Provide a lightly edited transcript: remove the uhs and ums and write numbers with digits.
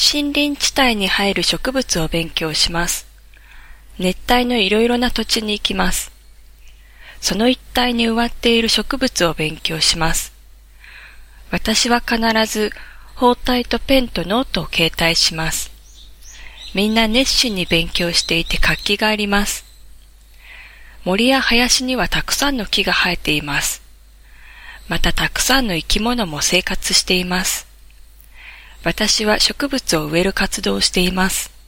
森林地帯に生える植物を勉強します。熱帯のいろいろな土地に行きます。その一帯に植わっている植物を勉強します。私は必ず包帯とペンとノートを携帯します。みんな熱心に勉強していて活気があります。森や林にはたくさんの木が生えています。またたくさんの生き物も生活しています。私は植物を植える活動をしています。